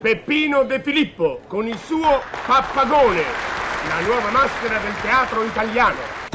Peppino De Filippo con il suo Pappagone, la nuova maschera del teatro italiano.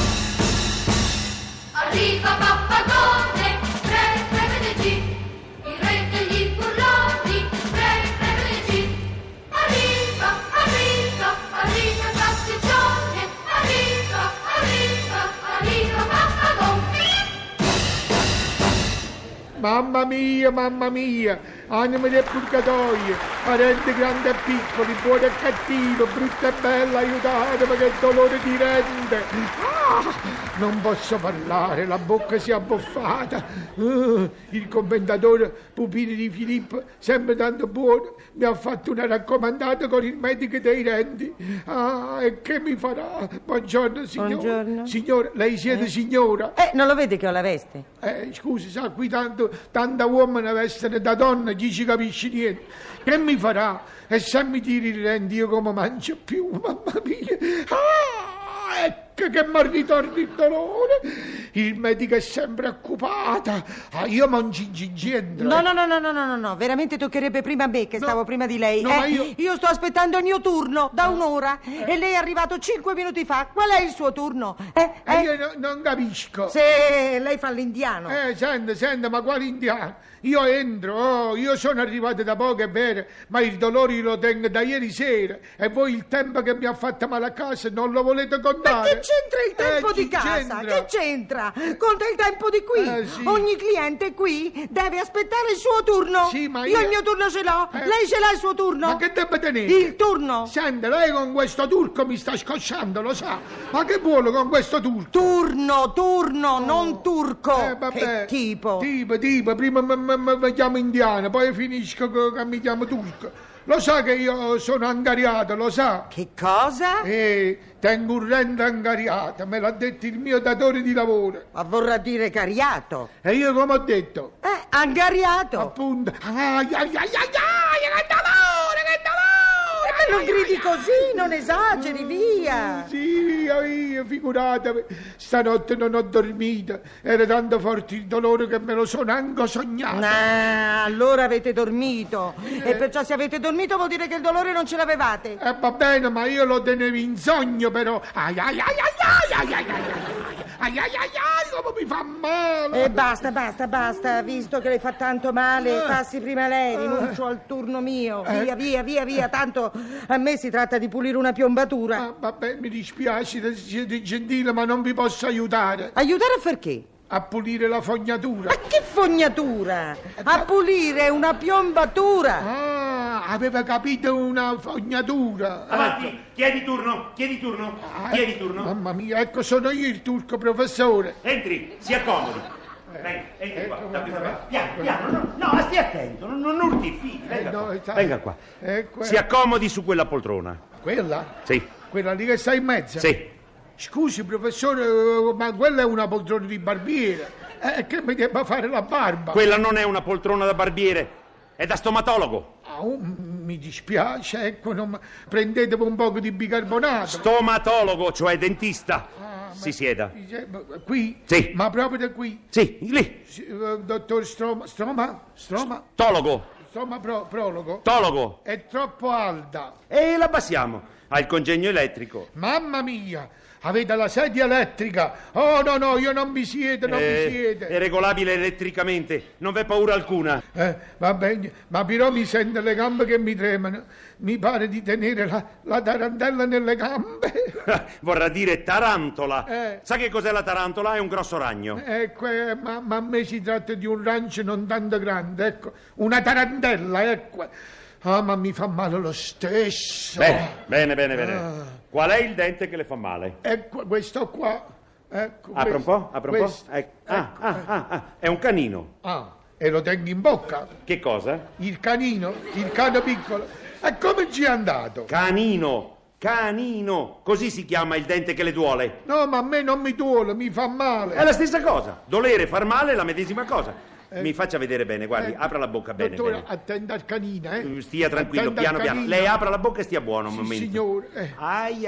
Arriva Pappagone, re, prevede il re degli burloni, re, prevede Arriva, arriva, arriva il pasticcione, arriva, arriva, arriva Pappagone. Mamma mia, anima del purgatorio, parenti grandi e piccoli, buoni e cattivi, brutta e bella, aiutatemi che dolore ti rende. Non posso parlare, la bocca si è abboffata. Il commendatore Pupini di Filippo, sempre tanto buono, mi ha fatto una raccomandata con il medico dei denti. E che mi farà? Buongiorno, signora. Buongiorno. Signora, lei siete signora? Non lo vede che ho la veste? Scusi, sa, qui tanta uomini vestono da donna, chi ci capisce niente. Che mi farà? E se mi tiri i denti io come mangio più, mamma mia. Ecco che mi ritorna il dolore. Il medico è sempre occupata. Io mangio in No, veramente toccherebbe prima a me che stavo prima di lei. No, ma io sto aspettando il mio turno da un'ora e lei è arrivato 5 minuti fa. Qual è il suo turno? Io non capisco. Se lei fa l'indiano. Senta, ma quale indiano? Io entro, io sono arrivato da poco, è vero, ma il dolore lo tengo da ieri sera e voi il tempo che mi ha fatto male a casa non lo volete contare? Ma che c'entra il tempo di casa? Che c'entra? Conta il tempo di qui. Sì. Ogni cliente qui deve aspettare il suo turno. Sì, ma io il mio turno ce l'ho. Lei ce l'ha il suo turno? Ma che debba tenere? Il turno. Senta, lei con questo turco mi sta scocciando, lo sa. Ma che vuole con questo turco? Turno, non turco. Vabbè. Che tipo? Tipo, prima mi chiamo indiano, poi finisco che mi chiamo turco. Lo sa che io sono angariato, lo sa? Che cosa? Tengo un rente angariato, me l'ha detto il mio datore di lavoro. Ma vorrà dire cariato. E io come ho detto? Angariato. Appunto. Che dolore! Ma non gridi così, non esageri, via. Sì, io, figuratevi, stanotte non ho dormito, era tanto forte il dolore che me lo sono anche sognato. Allora avete dormito, e perciò se avete dormito vuol dire che il dolore non ce l'avevate. Va bene, ma io lo tenevo in sogno, però. Come mi fa male. E basta, visto che le fa tanto male, passi prima lei, rinuncio al turno mio. Via, tanto a me si tratta di pulire una piombatura. Vabbè, mi dispiace, siete gentile, ma non vi posso aiutare. Aiutare a far che? A pulire la fognatura. Ma che fognatura? A pulire una piombatura. Aveva capito, una fognatura. Avanti, chiedi turno. Mamma mia, ecco, sono io il turco, professore. Entri, si accomodi. Venga, entri qua, da questa parte. Piano, no, stia attento, non urti i figli. Venga qua. Si accomodi su quella poltrona. Quella? Sì. Quella lì che sta in mezzo? Sì. Scusi, professore, ma quella è una poltrona di barbiere. Che mi debba fare la barba? Quella non è una poltrona da barbiere, è da stomatologo. Mi dispiace, ecco, prendetevi un poco di bicarbonato. Stomatologo, cioè dentista. Si sieda. Qui? Sì. Ma proprio da qui? Sì, lì. Dottor Stroma? Tologo. Prologo? Tologo. È troppo alta. E l'abbassiamo. Ha il congegno elettrico. Mamma mia! Avete la sedia elettrica? Oh no, io non mi siedo, mi siede. È regolabile elettricamente, non v'è paura alcuna. Va bene, ma però mi sento le gambe che mi tremano. Mi pare di tenere la tarantella nelle gambe. Vorrà dire tarantola. Sa che cos'è la tarantola? È un grosso ragno. Ecco, ma a me si tratta di un rancio non tanto grande, ecco. Una tarantella, ecco. Ma mi fa male lo stesso. Bene. Qual è il dente che le fa male? Ecco, questo qua. Ecco, apra un po'. È un canino. E lo tengo in bocca. Che cosa? Il canino piccolo. E come ci è andato? Canino, così si chiama il dente che le duole. No, ma a me non mi duole, mi fa male. È la stessa cosa. Dolere e far male è la medesima cosa. Mi faccia vedere bene, guardi, apra la bocca bene. Dottore, attenda al canino, Stia tranquillo, piano. Lei apra la bocca e stia buono un momento. Signore. Ai.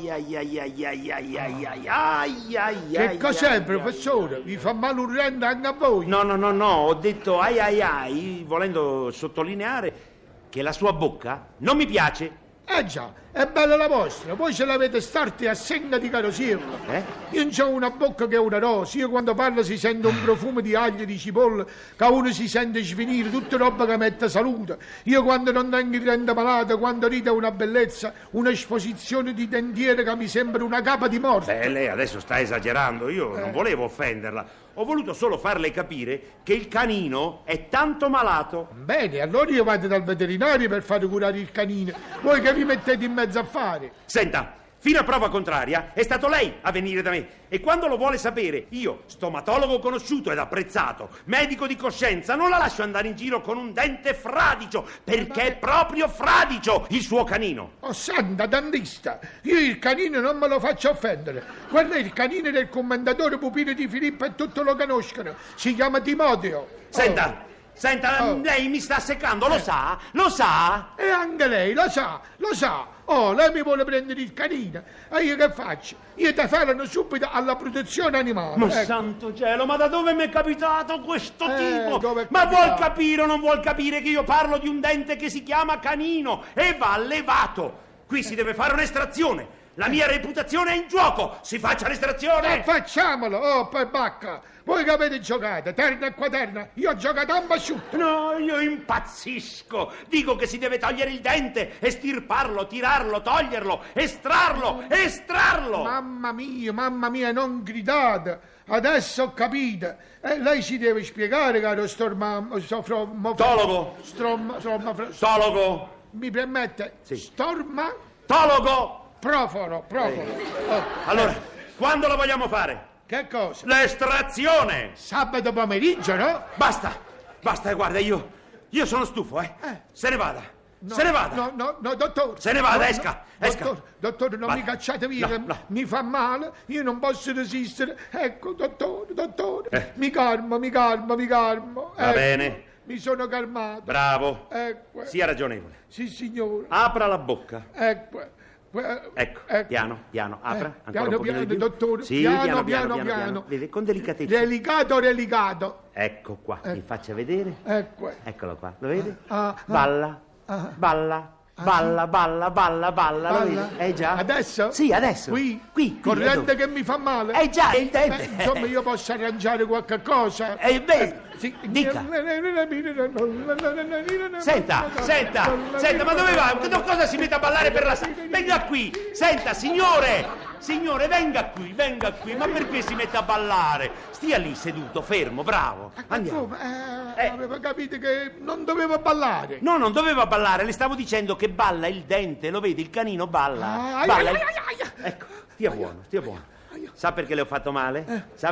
Che cos'è, professore? Vi fa male un rende anche a voi? No, ho detto ai, volendo sottolineare che la sua bocca non mi piace. Già, è bella la vostra, voi ce l'avete starti a senna di carosirla. Io non ho una bocca che è una rosa, io quando parlo si sente un profumo di aglio, di cipolla, che uno si sente svenire, tutta roba che mette salute. Io quando non tengo il rende malato, quando ride è una bellezza, un'esposizione di dentiere che mi sembra una capa di morte. Beh, lei adesso sta esagerando, io non volevo offenderla. Ho voluto solo farle capire che il canino è tanto malato. Bene, allora io vado dal veterinario per fare curare il canino. Voi che vi mettete in mezzo a fare? Senta, fino a prova contraria è stato lei a venire da me. E quando lo vuole sapere, io, stomatologo conosciuto ed apprezzato, medico di coscienza, non la lascio andare in giro con un dente fradicio, perché è proprio fradicio il suo canino. Oh, santa dentista, io il canino non me lo faccio offendere. Quello è il canino del commendatore Pupino di Filippo e tutti lo conoscono. Si chiama Timoteo. Senta, lei mi sta seccando, lo sa? Lo sa? E anche lei lo sa. Oh, lei mi vuole prendere il canino. E io che faccio? Io ti falano subito alla protezione animale. Ma santo cielo, ma da dove mi è capitato questo tipo? Dove è Ma capitato? vuol capire o non vuol capire che io parlo di un dente che si chiama canino e va levato? Qui si deve fare un'estrazione. La mia reputazione è in gioco. Si faccia l'estrazione. Facciamolo. Oh, poi bacca. Voi che avete giocato, terna e quaterna, io ho giocato a basciutto. No, io impazzisco. Dico che si deve togliere il dente, estirparlo, tirarlo, toglierlo, estrarlo. Mamma mia, non gridate. Adesso ho capito. Lei ci deve spiegare, caro Tologo. Tologo. Mi permette? Sì. Tologo. Proforo. Allora, quando lo vogliamo fare? Che cosa? L'estrazione! Sabato pomeriggio, no? Basta, guarda, io sono stufo, Se ne vada. No, dottore. Se ne vada, No, esca. Dottore, non Vada. mi cacciate via, No. mi fa male, io non posso resistere. Ecco, dottore, mi calmo. Va bene. Mi sono calmato. Bravo. Ecco. Sia ragionevole. Sì, signore. Apra la bocca. Ecco, piano, apra. Ancora un pochino di più. dottore. Sì, piano. Vede, con delicatezza. Delicato. Ecco qua, mi faccia vedere. Ecco. Eccolo qua, lo vede? Balla. Balla, lo vede? Già. Adesso? Sì, adesso. Qui. Corrente che mi fa male? Già, è il dente. Insomma, io posso arrangiare qualche cosa. Sì, dica. Senta, ma dove va? Cosa si mette a ballare per la strada? Venga qui, senta, signore, venga qui, ma perché si mette a ballare? Stia lì seduto, fermo, bravo. Andiamo. Avevo capito che non dovevo ballare. No, non doveva ballare, le stavo dicendo che balla il dente, lo vedi, il canino balla. Ecco, stia buono. Sa perché le ho fatto male?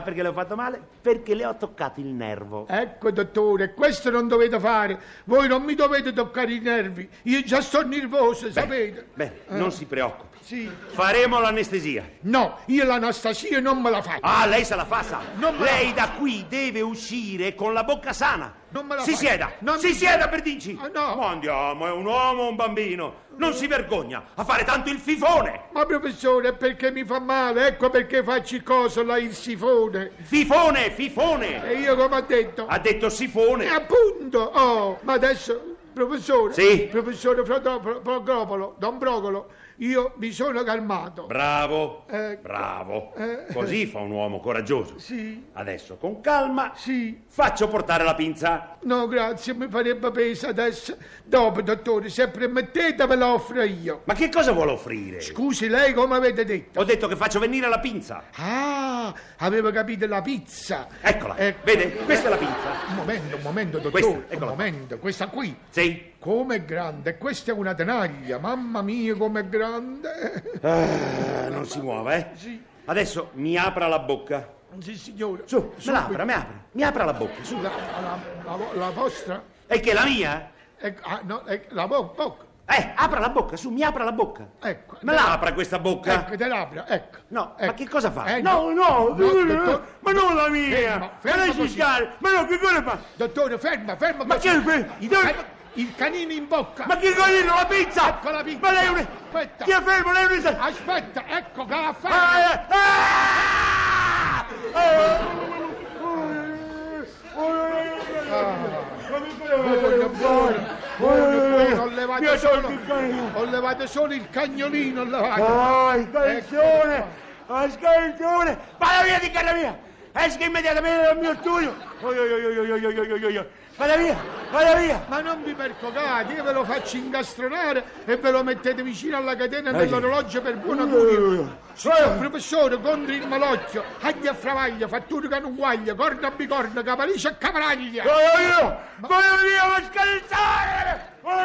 Perché le ho toccato il nervo. Ecco, dottore, questo non dovete fare. Voi non mi dovete toccare i nervi. Io già sto nervoso, sapete? Bene, non si preoccupi. Sì. Faremo l'anestesia. No, io l'anastasia non me la faccio. Lei se la fa, sa. Lei da qui deve uscire con la bocca sana. Non me la si faccio. sieda per dirci. No. Ma andiamo, è un uomo o un bambino. Non si vergogna a fare tanto il fifone. Ma professore, perché mi fa male? Ecco perché faccio il coso là, il sifone. Fifone. E io come ha detto? Ha detto sifone. Appunto. Oh, ma adesso, professore. Sì. Professore Don Brocolo, io mi sono calmato. Bravo. Ecco. Bravo. Così fa un uomo coraggioso. Sì. Adesso con calma. Sì. Faccio portare la pinza. No, grazie, mi farebbe peso adesso. Dopo, dottore, se permettete me la offro io. Ma che cosa vuole offrire? Scusi, lei come avete detto? Ho detto che faccio venire la pinza. Avevo capito la pizza. Eccola, Ecco. vede? Questa è la pinza. Un momento, dottore. Eccola. Un momento, questa qui. Sì. Com'è grande, questa è una tenaglia, mamma mia com'è grande. Non si muove, Sì. Adesso mi apra la bocca. Sì, signore. Su, me la apra. Mi apra la bocca, su. La vostra? E che la mia? No, la bocca. Apra la bocca, su, mi apra la bocca. Ecco. Me la apra questa bocca. Ecco, te l'apra, ecco. No, ecco. ma che cosa fa? No, dottore. Ma non la mia! Fermo ma lei così. si scala! Ma no, che cosa fa? Dottore, ferma Ma così. che Il canino in bocca. Ma che canino, la pizza! Ecco la pizza. Ma lei è un... Aspetta. Stia fermo, lei è un... Aspetta, ecco che la ferma. Buono. Buono, ho levato solo il cagnolino, ho levato. Scaglione! Vada via di casa mia! Esca immediatamente dal mio studio! Vada via! Ma non vi percocate, io ve lo faccio incastronare e ve lo mettete vicino alla catena dell'orologio per buon augurio. Signor professore, contro il malocchio, agli a fravaglia, fattura che non guaglia, corno a bicorno, capalice a capraglia. Vada via, ma scherzare!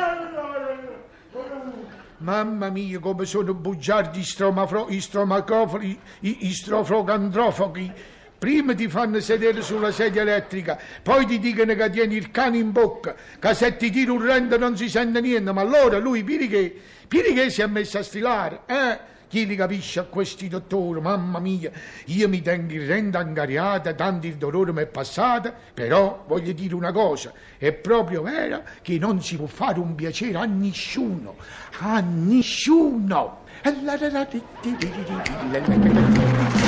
Mamma mia, come sono bugiardi i strofrocandrofoghi. Prima ti fanno sedere sulla sedia elettrica, poi ti dicono che tieni il cane in bocca, che se ti tira un rento non si sente niente, ma allora lui, che si è messo a stilare, Chi li capisce a questi dottori, mamma mia, io mi tengo il rento angariata, tanto il dolore mi è passato, però voglio dire una cosa, è proprio vero che non si può fare un piacere a nessuno, a nessuno.